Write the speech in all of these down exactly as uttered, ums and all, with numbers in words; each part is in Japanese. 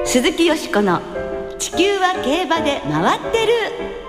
鈴木よしこの地球は競馬で回ってる。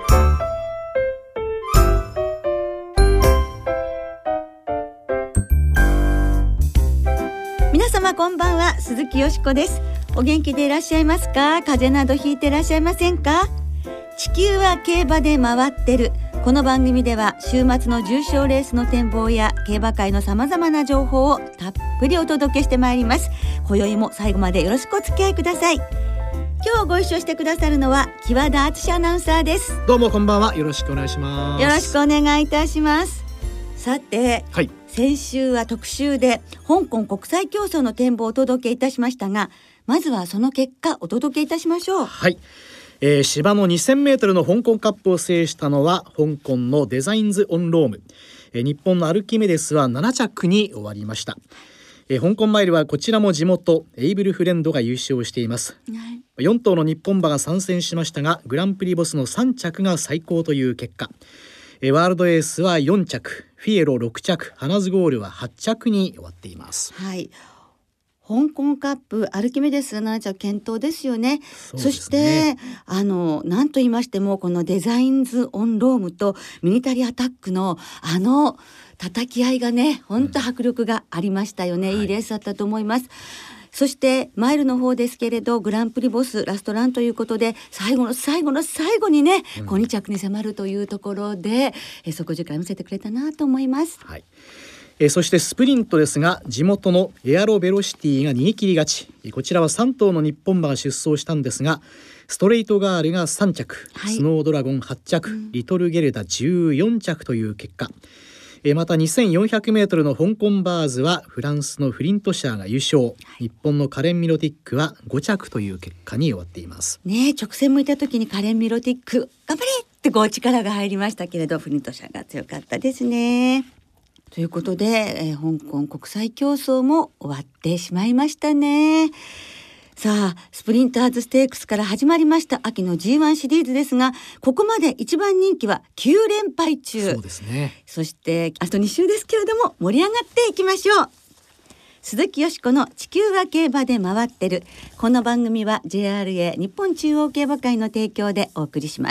皆様こんばんは、鈴木よしこです。お元気でいらっしゃいますか？風邪などひいていらっしゃいませんか？地球は競馬で回ってる。この番組では週末の重賞レースの展望や競馬界のさまざまな情報をたっぷりお届けしてまいります。今宵も最後までよろしくお付き合いください。今日ご一緒してくださるのは木和田敦アナウンサーです。 どうもこんばんは、よろしくお願いします。 よろしくお願いいたします。さて、 はい、 先週は特集で香港国際競争の展望をお届けいたしましたが、まずはその結果お届けいたしましょう。 はい、えー、芝のにせんメートルの香港カップを制したのは香港のデザインズ・オン・ローム、えー、日本のアルキメデスはなな着に終わりました。えー、香港マイルはこちらも地元エイブルフレンドが優勝しています。はい、よん頭の日本馬が参戦しましたが、グランプリボスのさん着が最高という結果。えー、ワールドエースはよん着、フィエロろく着、ハナズゴールははち着に終わっています。 はい、香港カップアルキメデスがなな着健闘ですよね。 そ, ねそしてあの何と言いましてもこのデザインズ・オン・ロームとミリタリーアタックのあの叩き合いがね、本当迫力がありましたよね。うん、いいレースだったと思います。はい、そしてマイルの方ですけれど、グランプリボスラストランということで最後の最後の最後にね、うん、こうに着に迫るというところでえ底力見せてくれたなと思います。 はい、えー、そしてスプリントですが、地元のエアロベロシティが逃げ切り勝ち。こちらはさん頭の日本馬が出走したんですが、ストレートガールがさん着、はい、スノードラゴンはち着、うん、リトルゲルダじゅうよん着という結果。えー、またにせんよんひゃくメートルの香港バーズはフランスのフリントシャーが優勝、はい、日本のカレン・ミロティックはご着という結果に終わっていますね。直線向いた時にカレン・ミロティック頑張れってこう力が入りましたけれど、フリントシャーが強かったですね。ということで、えー、香港国際競争も終わってしまいましたね。さあ、スプリンターズステークスから始まりました秋の ジーワン シリーズですが、ここまで一番人気はきゅう連敗中。 そうですね。 そしてあとに週ですけれども盛り上がっていきましょう。鈴木よしこの地球は競馬で回ってる。この番組は ジェイアールエー 日本中央競馬会の提供でお送りします。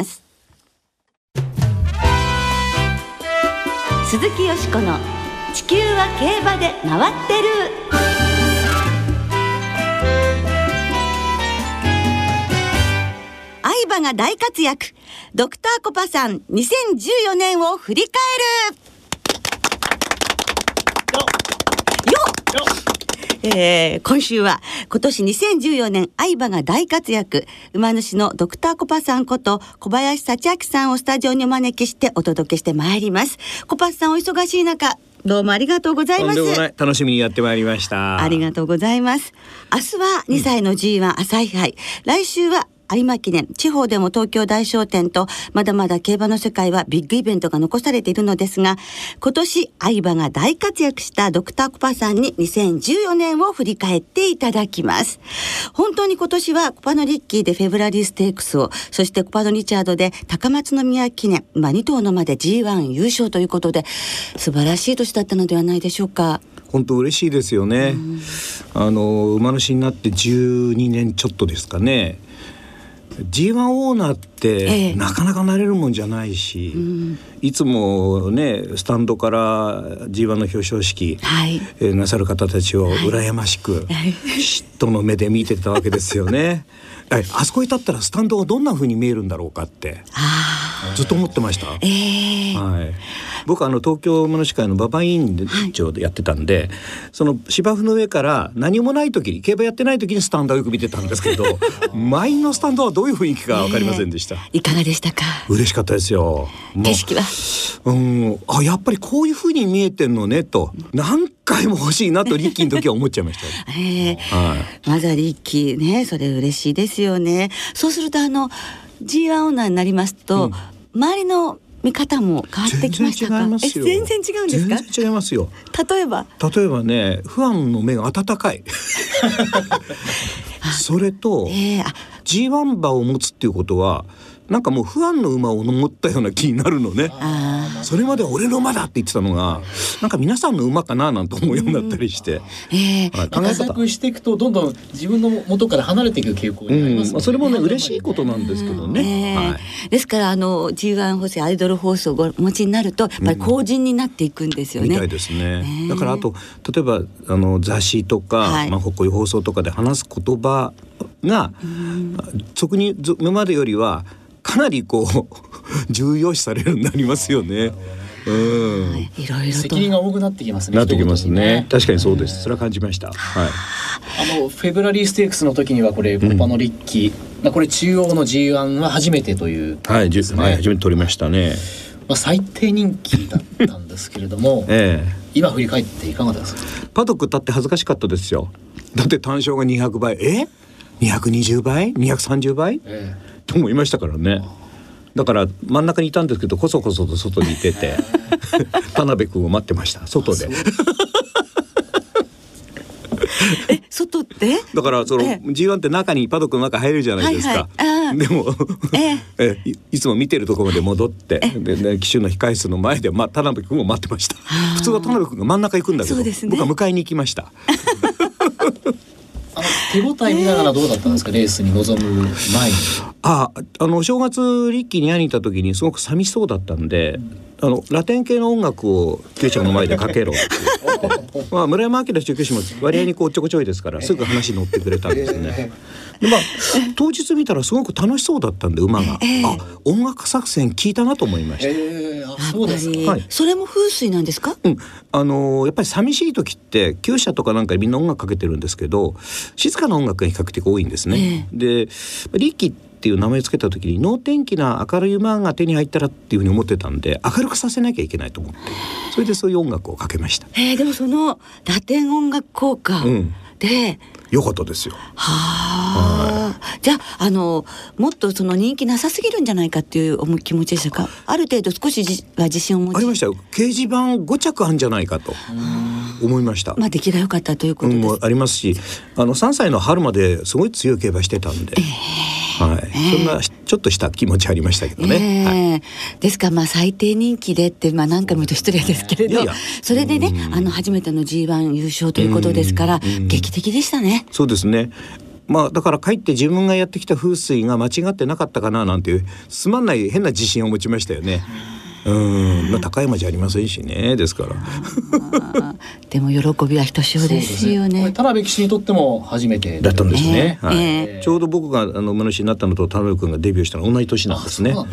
鈴木よしこの地球は競馬で回ってる。愛馬が大活躍。ドクターコパさんにせんじゅうよねんを振り返る。よっえー、今週は今年にせんじゅうよねん愛馬が大活躍、馬主のドクターコパさんこと小林幸明さんをスタジオにお招きしてお届けしてまいります。コパさんお忙しい中どうもありがとうございます。 とんでもない、楽しみにやってまいりました。 ありがとうございます。明日はにさいの ジーワン 朝日杯、来週は有馬記念、地方でも東京大賞典とまだまだ競馬の世界はビッグイベントが残されているのですが、今年愛馬が大活躍したドクターコパさんににせんじゅうよねんを振り返っていただきます。本当に今年はコパノリッキーでフェブラリーステークスを、そしてコパノリチャードで高松宮記念、まあ、に頭のまで ジーワン 優勝ということで素晴らしい年だったのではないでしょうか。 本当嬉しいですよね。あの馬主になってじゅうにねんちょっとですかね。ジーワン オーナーって、ええ、なかなかなれるもんじゃないし、うん、いつもねスタンドから ジーワン の表彰式、はいえー、なさる方たちを羨ましく、はい、嫉妬の目で見てたわけですよね。あそこに立ったらスタンドがどんな風に見えるんだろうかってずっと思ってました。えーはい、僕はあの東京馬主会の馬場委員長でやってたんで、はい、その芝生の上から何もない時に、競馬やってない時にスタンドをよく見てたんですけど満員のスタンドはどういう雰囲気か分かりませんでした。えー、いかがでしたか？嬉しかったですよ。 景色は、 うん、あやっぱりこういう風に見えてんのねと、何回も欲しいなとリッキーの時は思っちゃいました。 えーはい、まずはリッキーね、それ嬉しいですよね。そうするとあの ジーワン オーナーになりますと、うん、周りの見方も変わってきましたか？ 全然違いますよ。 え全然違うんですか？ 全然違いますよ。 例えば例えばね、ファンの目が温かいそれと、えー、ジーワン 馬を持つっていうことはなんかもう不安の馬を乗ったような気になるのね。それまでは俺の馬だって言ってたのがなんか皆さんの馬かななんて思うようになったりして、 えー、活躍していくとどんどん自分の元から離れていく傾向になります、ね。うんまあ、 それもね嬉しいことなんですけどね、 えーはい、 ですからあの ジーワン ホースアイドルホースをお持ちになるとやっぱり後陣になっていくんですよね、 うん、みたいですね、えー、だからあと例えばあの雑誌とか、はいまあ、こういう放送とかで話す言葉が、うん、そこに今までよりはかなりこう重要視されるようになりますよね。うん、 いろいろと責任が多くなってきますね。 なってきますね。確かにそうです。それは感じました。はい。 あのフェブラリーステークスの時にはこれコパノリッキ、うん、これ中央の ジーワン は初めてという、ね、 はい、はい、初めて取りましたね。 まあ、最低人気だったんですけれども、ええ、今振り返っていかがですか。 パドック立って恥ずかしかったですよ。だって単勝がにひゃくばい、えにひゃくにじゅうばいにひゃくさんじゅうばい、ええ、と思いましたからね。だから真ん中にいたんですけどこそこそと外にいてて田辺君を待ってました外でえ外ってだからその ジーワン って中にパドックの中入れるじゃないですか、はいはい、でもええ い, いつも見てるところまで戻ってで、ね、騎手の控室の前で、まあ、田辺君を待ってました。普通は田辺君が真ん中行くんだけど、ね、僕は迎えに行きましたあの手応え見ながらどうだったんですかレースに臨む前に。 ああの正月リッキーに会いに行った時にすごく寂しそうだったんで、あのラテン系の音楽を厩舎の前でかけろってまあ村山明中級士も割合にこうちょこちょいですからすぐ話に乗ってくれたんですね。で、まあ、当日見たらすごく楽しそうだったんで馬が、えー、あ音楽作戦聞いたなと思いました、 えー、あそうですか、 はい、それも風水なんですか。 うん、あのー、やっぱり寂しい時って厩舎とかなんかでみんな音楽かけてるんですけど静かな音楽が比較的多いんですね、えー、でリッキーっていう名前をつけた時に能天気な明るい馬が手に入ったらっていうふうに思ってたんで明るくさせなきゃいけないと思ってそれでそういう音楽をかけました。 えー、でもそのラテン音楽効果で、 うん、よかったですよ。 はあ、じゃあ、あのもっとその人気なさすぎるんじゃないかっていう気持ちでしたか。ある程度少しじは自信を持ちありましたよ。掲示板ご着あるんじゃないかと思いました。 まあ出来が良かったということです、うん、 もありますしあのさんさいの春まですごい強い競馬してたんで、えーはいえー、そんなちょっとした気持ちありましたけどね、 えーはい、ですからまあ最低人気でって、まあ、何回も言うと失礼ですけれど、えー、いやいやそれでねあの初めての ジーワン 優勝ということですから劇的でしたね。 そうですね。まあだからかえって自分がやってきた風水が間違ってなかったかななんていうつまんない変な自信を持ちましたよね。うんまあ、高い馬じゃありませんしねですからでも喜びはひとしおですよね。 田辺騎手にとっても初めてだったんですね、えーはいえー、 ちょうど僕があの馬主になったのと田辺君がデビューしたの同じ年なんですね。 はい、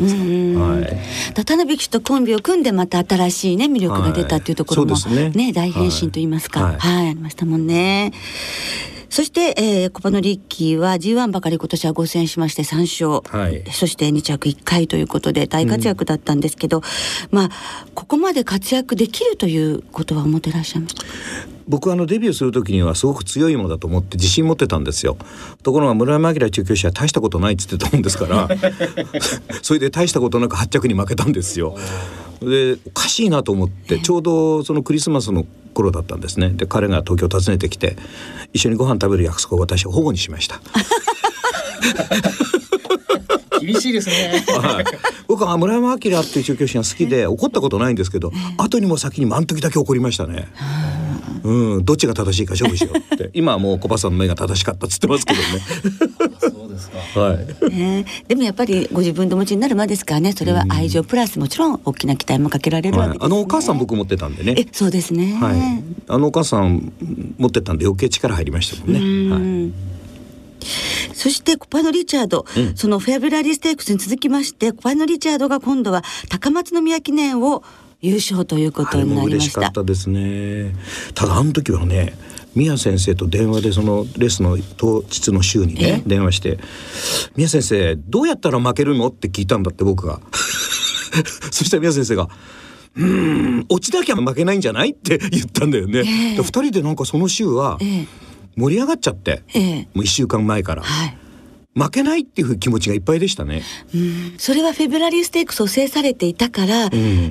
田辺騎手とコンビを組んでまた新しい、ね、魅力が出たっていうところも、はいねね、大変身といいますか、はいはいはい、ありましたもんね。そして、えー、コパノリッキーは ジーワン ばかり今年はご戦しましてさん勝、はい、そしてに着いっかいということで大活躍だったんですけど、うん、まあここまで活躍できるということは思ってらっしゃいますか。 僕はあのデビューする時にはすごく強いものだと思って自信持ってたんですよ。ところが村山明中級士は大したことないって言ってたもんですからそれで大したことなくはち着に負けたんですよ。でおかしいなと思ってちょうどそのクリスマスの頃だったんですね。で彼が東京を訪ねてきて一緒にご飯食べる約束を私は保護にしました厳しいですね、 はい、僕は村山明っていう中級士が好きで怒ったことないんですけど後にも先にもあの時だけ怒りましたね。うん、どっちが正しいか勝負しようって今はもうコバさんの目が正しかったっつってますけどねそうですか、 はいえー、でもやっぱりご自分でお持ちになるまですからねそれは愛情プラスもちろん大きな期待もかけられるわけですね、はい、 あのお母さん僕持ってたんでね。 えそうですね、 はい、あのお母さん持ってたんで余計力入りましたもんね。うんはいそしてコパノリチャード、うん、そのフェブラリーステークスに続きましてコパノリチャードが今度は高松宮記念を優勝ということになりました。あれも嬉しかったですね。ただあの時はね宮先生と電話でそのレースの当日の週にね電話して宮先生どうやったら負けるのって聞いたんだって僕がそしたら宮先生がうーん落ちなきゃ負けないんじゃないって言ったんだよね、えー、でふたりでなんかその週は盛り上がっちゃって、えー、もういっしゅうかんまえから、はい負けないっていう気持ちがいっぱいでしたね。 うんそれはフェブラリーステークスを制されていたから、うん、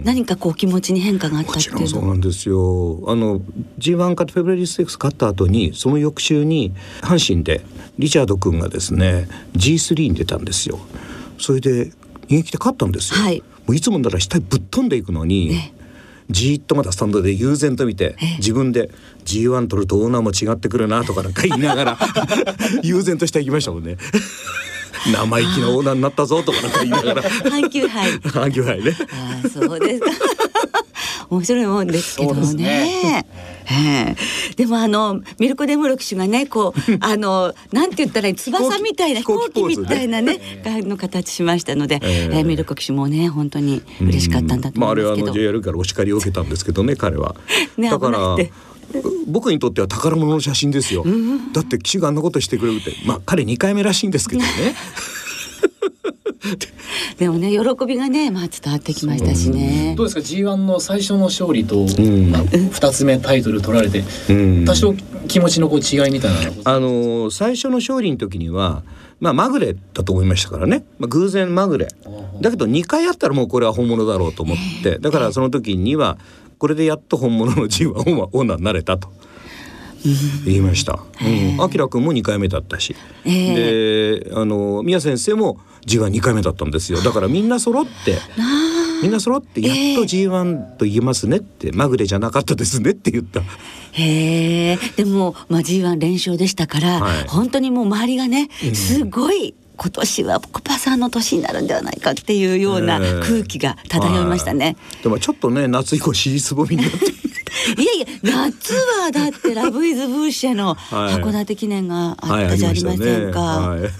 何かこう気持ちに変化があったっていうの。 もちろんそうなんですよ。あの ジーワン 勝ってフェブラリーステークス勝った後にその翌週に阪神でリチャード君がですね ジースリー に出たんですよ。それで逃げ切って勝ったんですよ、 はい、 もういつもなら下にぶっ飛んでいくのに、ね、じーっとまだスタンドで悠然と見て、自分で ジーワン 取るとオーナーも違ってくるなとかなんか言いながら悠然としていきましたもんね生意気なオーナーになったぞとかなんか言いながら阪急杯阪急杯ね。 あ、そうですか面白いもんですけど ね, ねえー、でもあのミルコ・デムロ騎手がねこうあのなんて言ったらいい翼みたいな飛行機みたいなねの形しましたので、えーえー、ミルコ騎手もね本当に嬉しかったんだと思いますけど、 まあ、あれはあの ジェイアール からお叱りを受けたんですけどね彼はね、 だから僕にとっては宝物の写真ですよ、うん、だって騎手があんなことしてくれるって、まあ彼にかいめらしいんですけどねでもね喜びがね、まあ、伝わってきましたしね。 どうですか ジーワン の最初の勝利と、うんまあ、ふたつめタイトル取られて、うん、多少気持ちのこう違いみたいなあの最初の勝利の時には、まあ、まぐれだと思いましたからね、まあ、偶然まぐれだけどにかいあったらもうこれは本物だろうと思ってだからその時にはこれでやっと本物の ジーワン オーナーになれたと言いました。あきらくんもにかいめだったし、えー、であの宮先生も ジーワンにかいめだったんですよ。だからみんな揃ってみんな揃ってやっと ジーワン と言えますねって、えー、まぐれじゃなかったですねって言った。 へえ。でも、まあ、ジーワン 連勝でしたから、はい、本当にもう周りがねすごい、うん今年はコパさんの年になるんではないかっていうような空気が漂いましたね、 えー、でもちょっとね夏以降尻すぼみになっていやいや夏はだってラブイズブーシェの函館記念があったじゃありませんか、はいはい、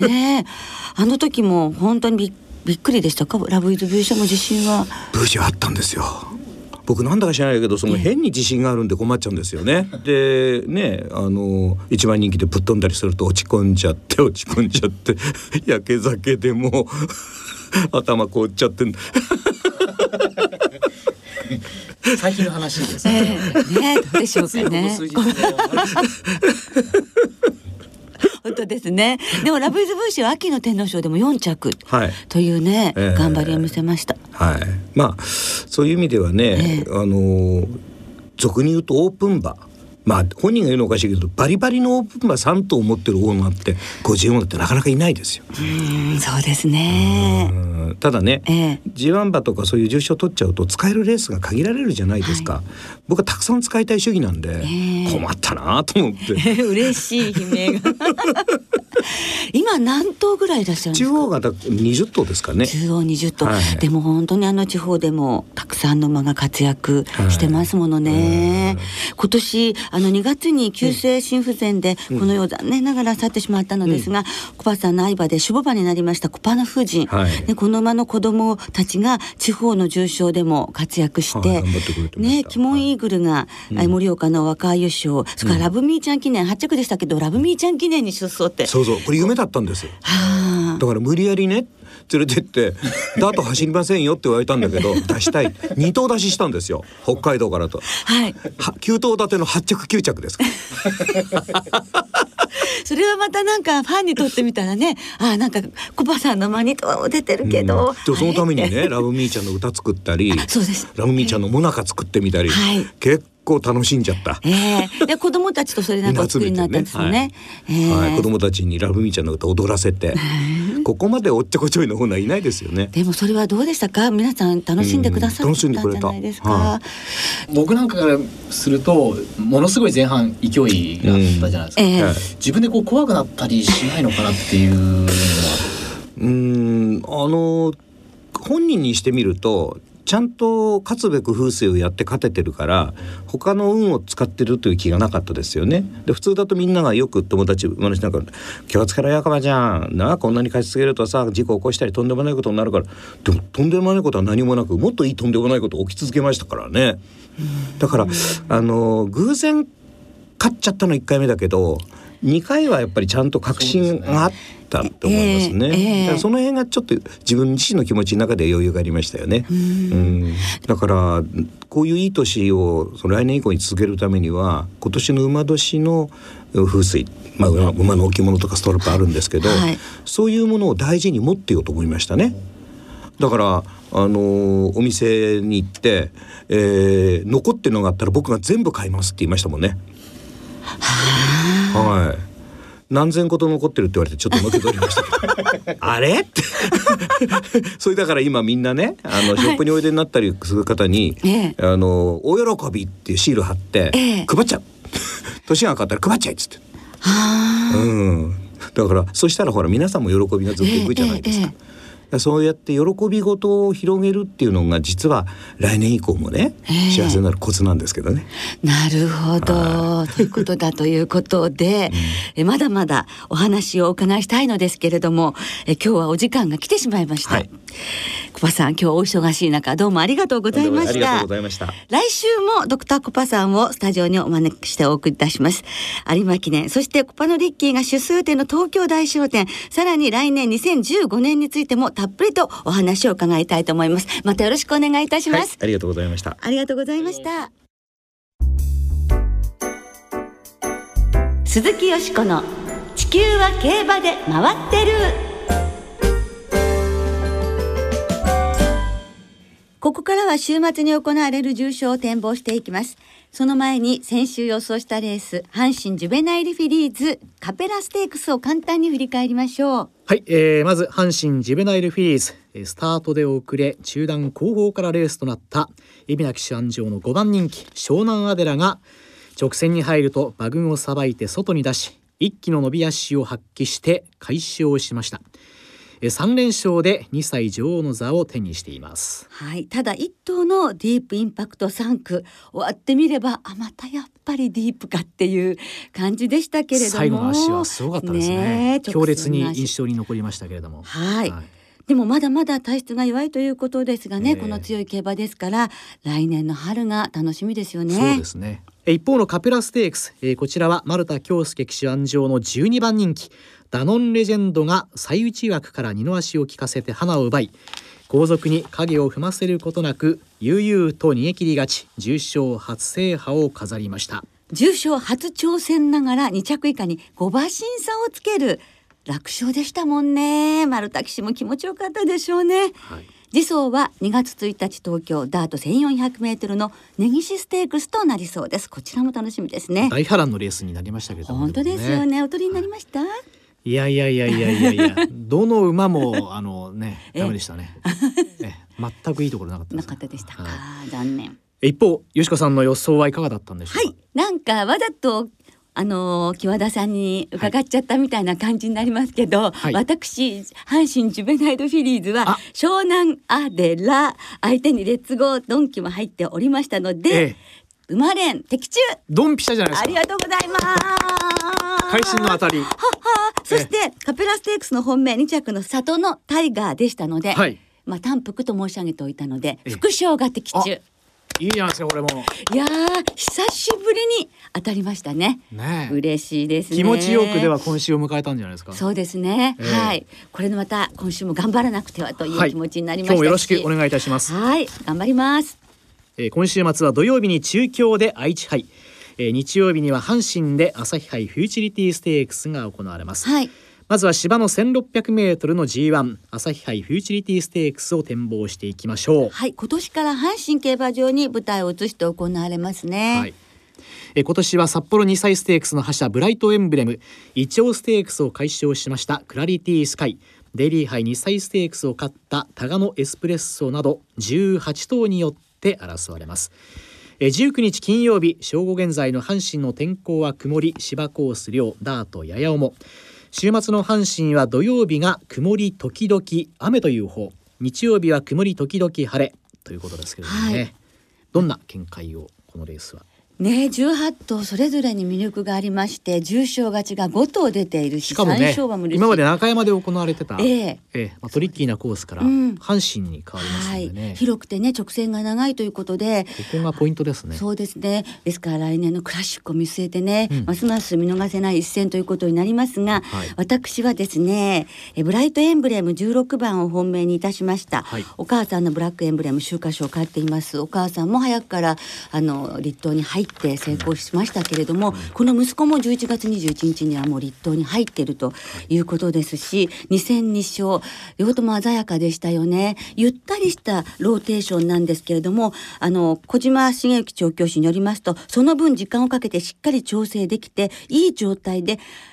ねえあの時も本当に び, びっくりでしたかラブイズブーシェも自信はブーシェあったんですよ。僕なんだか知らないけどその変に自信があるんで困っちゃうんですよね。でねあの一番人気でぶっ飛んだりすると落ち込んじゃって落ち込んじゃってやけ酒でもう頭凍っちゃってん最近の話ですね。 えー、ねどうでしょうかね。本当ですね。でもラブイズブーシーは秋の天皇賞でもよん着というね、はいえー、頑張りを見せました。 はい。まあそういう意味ではね、えー、あの俗に言うとオープン馬。まあ本人が言うのおかしいけどバリバリのオープン馬さん頭を持ってるオーナーってごじゅうよんってなかなかいないですよ。 うんそうですね。 うんただね、えー、ジーワン 馬とかそういう重賞取っちゃうと使えるレースが限られるじゃないですか、はい、僕はたくさん使いたい主義なんで、えー、困ったなと思って、 えー、嬉しい悲鳴が今何頭ぐらいいらっしゃるんですか。 中央がにじゅっ頭ですかね。 中央にじゅっ頭、はい、でも本当にあの地方でもたくさんの馬が活躍してますものね、はい、今年あのにがつに急性心不全でこの世を残念ながら去ってしまったのですが、うん、コパさんの愛馬で守護馬になりましたコパの夫人、はい、でこの馬の子供たちが地方の重賞でも活躍して、はいてね、キモンイーグルが盛、うん、岡の若優勝、それからラブミーちゃん記念はっ着でしたけどラブミーちゃん記念に出走ってそうそうこれ夢だったんですよ。だから無理やりね連れてってダート走りませんよって言われたんだけど出したいに頭出ししたんですよ北海道からと、はい、きゅう頭立てのはっ着きゅう着ですそれはまたなんかファンにとってみたらねあなんかコパさんのマニトは出てるけど、うん、 そのためにねラブミーちゃんの歌作ったりそうですラブミーちゃんのモナカ作ってみたり、はい、結構楽しんじゃった、 えー、で子供たちとそれなんかお作りになったんですよね、 はいえーはい、子供たちにラブミーちゃんの歌踊らせてここまでおっちょこちょいの方はいないですよね。 でもそれはどうでしたか皆さん楽しんでくださったんじゃないですか、はい、僕なんかからするとものすごい前半勢いがあったじゃないですか、うんえー、自分でこう怖くなったりしないのかなっていうのはうーんあの本人にしてみるとちゃんと勝つべく風水をやって勝ててるから他の運を使ってるという気がなかったですよね。で普通だとみんながよく友達話なんか気をつけろやかまじゃんなこんなに勝ち続けるとさ事故起こしたりとんでもないことになるからでもとんでもないことは何もなくもっといいとんでもないこと起き続けましたからね。だからあの偶然勝っちゃったのいっかいめだけどにかいはやっぱりちゃんと確信があったと思いますね。えーえー、だからその辺がちょっと自分自身の気持ちの中で余裕がありましたよね。うんうんだからこういういい年をその来年以降に続けるためには今年の馬年の風水、まあ、馬の置物とかストラップあるんですけど、はい、そういうものを大事に持ってようと思いましたね。だからあのー、お店に行って、えー、残ってるのがあったら僕が全部買いますって言いましたもんね。 ははい何千個と残ってるって言われてちょっとのけ取りましたけどあれってそれだから今みんなねあのショップにおいでになったりする方に、はい、あの大喜びっていうシール貼って、ええ、配っちゃう年がかかったら配っちゃいっつっては、うん、だからそしたらほら皆さんも喜びがずっといくじゃないですか、ええええそうやって喜び事を広げるっていうのが実は来年以降もね、えー、幸せになるコツなんですけどね。 なるほどということだということで、うん、えまだまだお話をお伺いしたいのですけれどもえ今日はお時間が来てしまいました、はい、コパさん今日お忙しい中どうもありがとうございました。 ありがとうございました。 来週もドクターコパさんをスタジオにお招きしてお送りいたします。有馬記念そしてコパのリッキーが主数店の東京大商店さらに来年にせんじゅうごねんについてもたっぷりとお話を伺いたいと思います。またよろしくお願いいたします、はい、 ありがとうございました。 ありがとうございました。鈴木よしこの地球は競馬で回ってる。ここからは週末に行われる重賞を展望していきます。その前に先週予想したレース阪神ジュベナイルフィリーズカペラステークスを簡単に振り返りましょう。 はい、えー、まず阪神ジュベナイルフィリーズスタートで遅れ中段後方からレースとなった海老名騎手安城のごばん人気湘南アデラが直線に入ると馬群をさばいて外に出し一気の伸び足を発揮して快勝しました。さん連勝でにさい女王の座を手にしています、 はい、ただ一頭のディープインパクトさん区終わってみればあまたやっぱりディープかっていう感じでしたけれども最後の足はすごかったです ね, ね強烈に印象に残りましたけれども、 はい、はい、でもまだまだ体質が弱いということですがね、えー、この強い競馬ですから来年の春が楽しみですよね。 そうですね。一方のカペラステークス、えー、こちらは丸田恭介騎手安城のじゅうにばん人気ダノンレジェンドが最内枠から二の足を利かせて花を奪い後続に影を踏ませることなく悠々と逃げ切り勝ち重賞初制覇を飾りました。 重賞初挑戦ながらに着以下にご馬身差をつける楽勝でしたもんね。丸田騎手も気持ちよかったでしょうね、はい、次走はにがつついたち東京ダートせんよんひゃくメートルの根岸ステークスとなりそうです。こちらも楽しみですね。 大波乱のレースになりましたけども、 本当ですよね。お取りになりました、はい、 いやいやいやいやいやいやどの馬もあのねダメでしたねえ全くいいところなかったです、 なかったでしたか、 はい、残念。 一方よしこさんの予想はいかがだったんでしょうか。 はい、なんかわざとあの木和田さんに伺っちゃったみたいな感じになりますけど、はい、私阪神ジュベナイルフィリーズは湘南アデラ相手にレッツゴードンキも入っておりましたので、ええ、馬連的中ドンピシャじゃないですか。 ありがとうございます。 会心の当たりはは。 そしてカペラステークスの本命に着の里のタイガーでしたので、はい、まあ単服と申し上げておいたので副賞が的中。 いいじゃないですかこれも。 いや久しぶりに当たりましたね。ね嬉しいですね。 気持ちよくでは今週を迎えたんじゃないですか。 そうですね、えー、はいこれでまた今週も頑張らなくてはという気持ちになりましたし、 はい、今日もよろしくお願いいたします。 はい頑張ります、 えー、今週末は土曜日に中京で愛知杯、えー、日曜日には阪神で朝日杯フューチュリティステークスが行われます、はい、まずは芝のせんろっぴゃくメートルの ジーワン 朝日杯フューチュリティステークスを展望していきましょう。 はい、今年から阪神競馬場に舞台を移して行われますね、はい、 え今年は札幌にさいステークスの覇者ブライトエンブレムイチョウステークスを解消しましたクラリティスカイデイリー杯にさいステークスを勝ったタガノエスプレッソなどじゅうはちとうによって争われます。えじゅうくにち金曜日正午現在の阪神の天候は曇り芝コース両ダートやや重。週末の阪神は土曜日が曇り時々雨という方、日曜日は曇り時々晴れということですけれどもね、はい、どんな見解をこのレースは。 ね、じゅうはっとうそれぞれに魅力がありまして重賞勝ちがごとう出ているし、 しかもね今まで中山で行われてた、えーえーまあ、トリッキーなコースから阪神に変わりますのでね、 はい、広くてね直線が長いということでここがポイントですね。 そうですね。ですから来年のクラシックを見据えてね、うん、ますます見逃せない一戦ということになりますが、はい、私はですねえブライトエンブレムじゅうろくばんを本命にいたしました、はい、お母さんのブラックエンブレム秋華賞を買っています。お母さんも早くからあの立冬に入って成功しましたけれども、うん、この息子もじゅういちがつにじゅういちにちにはもう立冬に入っているということですし、に戦に勝両方とも鮮やかでしたよね。ゆったりしたローテーションなんですけれども、あの小島茂之調教師によりますとその分時間をかけてしっかり調整できていい状態で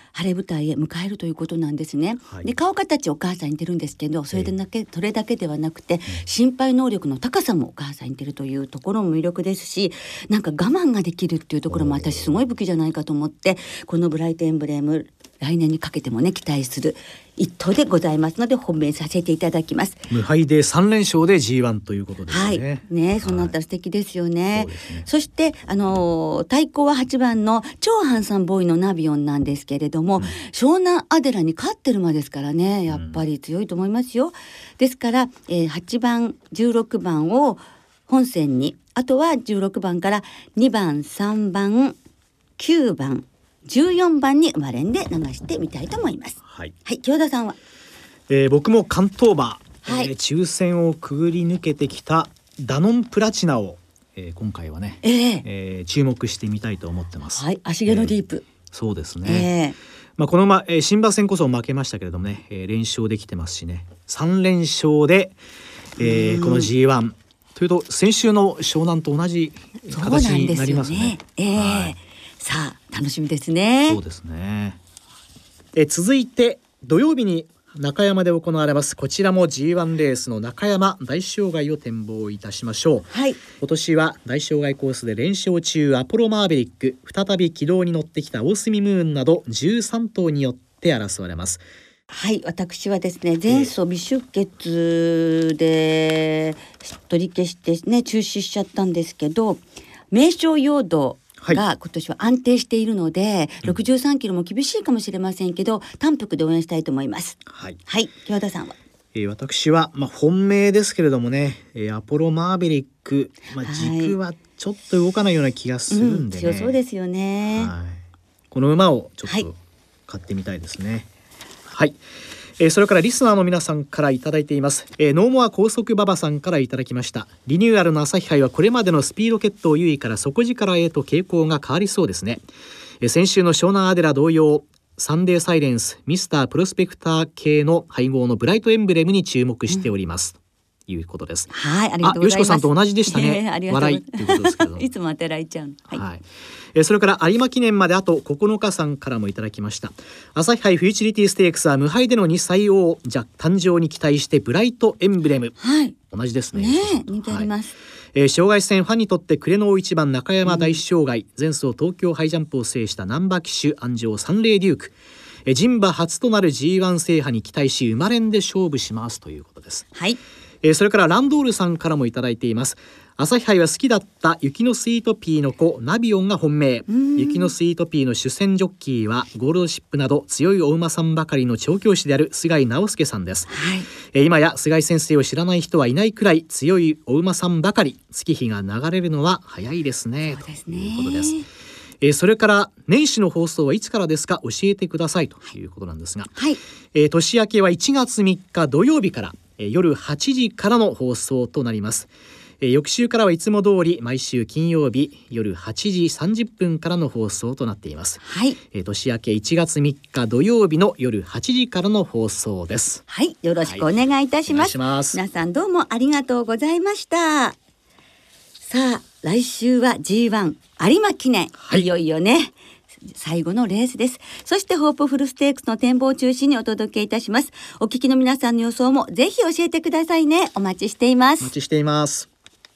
晴れ舞台へ迎えるということなんですね、はい、で顔形お母さんに似てるんですけど、それだけ、えー、それだけではなくて、うん、心配能力の高さもお母さんに似てるというところも魅力ですし、なんか我慢ができるっていうところも私すごい武器じゃないかと思って、このブライトエンブレム来年にかけてもね期待する一頭でございますので本命させていただきます。 無敗でさん連勝で ジーワン ということですね。 はいね、そのあたり素敵ですよね。はい、 そ, ねそしてあのー、対抗ははちばんの超ハンサムボーイのナビオンなんですけれども、うん、湘南アデラに勝ってる馬ですからね、やっぱり強いと思いますよ、うん、ですから、えー、はちばんじゅうろくばんを本戦に、あとはじゅうろくばんからにばんさんばんきゅうばんじゅうよんばんに生まれんで流してみたいと思います。はい、はい、清田さんは、 えー、僕も関東馬、はい、えー、抽選をくぐり抜けてきたダノンプラチナを、えー、今回はね、えーえー、注目してみたいと思ってます。 はい、足毛のディープ、 えー、そうですね、えーまあ、この馬、えー、新馬戦こそ負けましたけれどもね、えー、連勝できてますしね、さん連勝で、えー、この ジーワン というと先週の湘南と同じ形になりますね。そうなんですよね、えーはい、 さあ楽しみですね。 そうですね。え続いて土曜日に中山で行われますこちらも ジーワン レースの中山大障害を展望いたしましょう。はい、今年は大障害コースで連勝中アポロマーベリック、再び軌道に乗ってきた大隅ムーンなどじゅうさん頭によって争われます。 はい、私はですね前走微出血で取り消してね中止しちゃったんですけど、名将陽動が今年は安定しているので、はい、ろくじゅうさんキロも厳しいかもしれませんけど、単幅で応援したいと思います。はい、はい、清田さんは。 えー、私は、まあ、本命ですけれどもね、えー、アポロマーベリック、まあ、軸はちょっと動かないような気がするんでね、 はい、うん、強そうですよね。 はい、この馬をちょっと買ってみたいですね。はい、えー、それからリスナーの皆さんからいただいています、えー、ノーモア高速馬場さんからいただきました。リニューアルの朝日杯はこれまでのスピード決闘優位から底力へと傾向が変わりそうですね。えー、先週の湘南アデラ同様サンデーサイレンスミスタープロスペクター系の配合のブライトエンブレムに注目しております、うん、いうことです。 はい、ありがとうございます。あ、 よしこさんと同じでしたね、 えー、 笑いということですけどいつも当てられちゃう、はいはい、 えー、それから有馬記念まであとここのかさんからもいただきました。朝日杯フューチュリティステークスは無敗でのに歳王じゃ誕生に期待してブライトエンブレム、はい、同じですね。 ねえ、人気あります。 はい、えー、障害戦ファンにとって暮れの大一番中山大障害、うん、前走東京ハイジャンプを制した難波騎手安城三霊デューク、えー、人馬初となる ジーワン 制覇に期待し生まれんで勝負しますということです。はい、えー、それからランドールさんからもいただいています。朝日杯は好きだった雪のスイートピーの子ナビオンが本命。雪のスイートピーの主戦ジョッキーはゴールドシップなど強いお馬さんばかりの調教師である菅井直輔さんです。はい、えー、今や菅井先生を知らない人はいないくらい強いお馬さんばかり。月日が流れるのは早いですね。そうですね、ということです。えー、それから年始の放送はいつからですか教えてくださいということなんですが、はい、えー、年明けはいちがつみっか土曜日から、えー、夜はちじからの放送となります。えー、翌週からはいつも通り毎週金曜日夜はちじさんじゅっぷんからの放送となっています。はい、えー、年明けいちがつみっか土曜日の夜はちじからの放送です。 はい、よろしくお願いいたします。はい、お願いします。皆さんどうもありがとうございました。さあ来週は ジーワン 有馬記念、はい、いよいよね最後のレースです。そしてホープフルステークスの展望を中心にお届けいたします。お聞きの皆さんの予想もぜひ教えてくださいね。お待ちしています。 お待ちしています。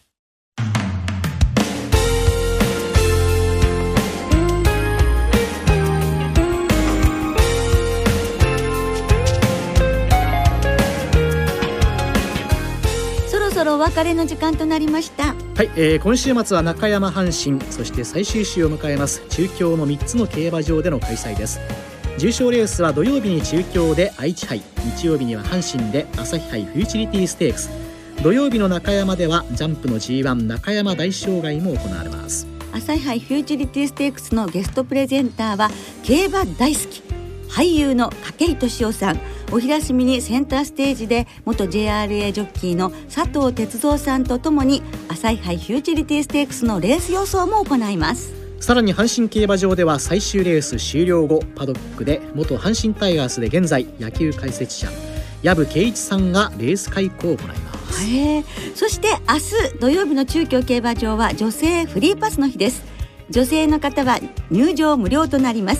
そろお別れの時間となりました。 はい、えー、今週末は中山阪神そして最終週を迎えます中京のみっつの競馬場での開催です。重賞レースは土曜日に中京で愛知杯、日曜日には阪神で朝日杯フューチュリティステークス、土曜日の中山ではジャンプの ジーワン 中山大障害も行われます。 朝日杯フューチュリティステークスのゲストプレゼンターは競馬大好き俳優の筧利夫さん、お昼休みにセンターステージで元 ジェイアールエー ジョッキーの佐藤哲三さんとともに朝日杯フューチュリティステークスのレース予想も行います。 さらに阪神競馬場では最終レース終了後パドックで元阪神タイガースで現在野球解説者藪圭一さんがレース開講を行います。 へー、そして明日土曜日の中京競馬場は女性フリーパスの日です。女性の方は入場無料となります。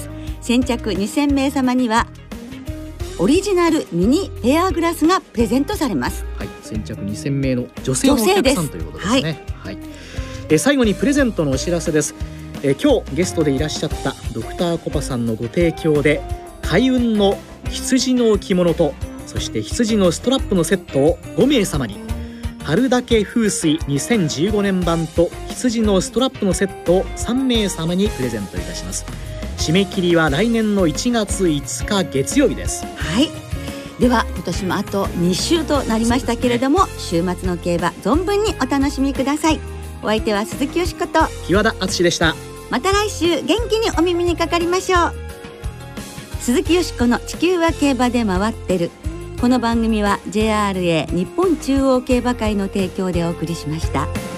先着にせんめい様にはオリジナルミニペアグラスがプレゼントされます。 はい、先着にせんめいの女性のお客さんということですね。はい、え最後にプレゼントのお知らせです。え今日ゲストでいらっしゃったドクターコパさんのご提供で開運の羊の着物とそして羊のストラップのセットをごめい様に、春竹風水にせんじゅうごねん版と羊のストラップのセットをさんめい様にプレゼントいたします。締め切りは来年のいちがついつか月曜日です。 はい、では今年もあとにしゅうとなりましたけれども、ね、週末の競馬存分にお楽しみください。お相手は鈴木よしこと木和田敦でした。 また来週元気にお耳にかかりましょう。鈴木よしこの地球は競馬で回ってる。この番組は ジェイアールエー 日本中央競馬会の提供でお送りしました。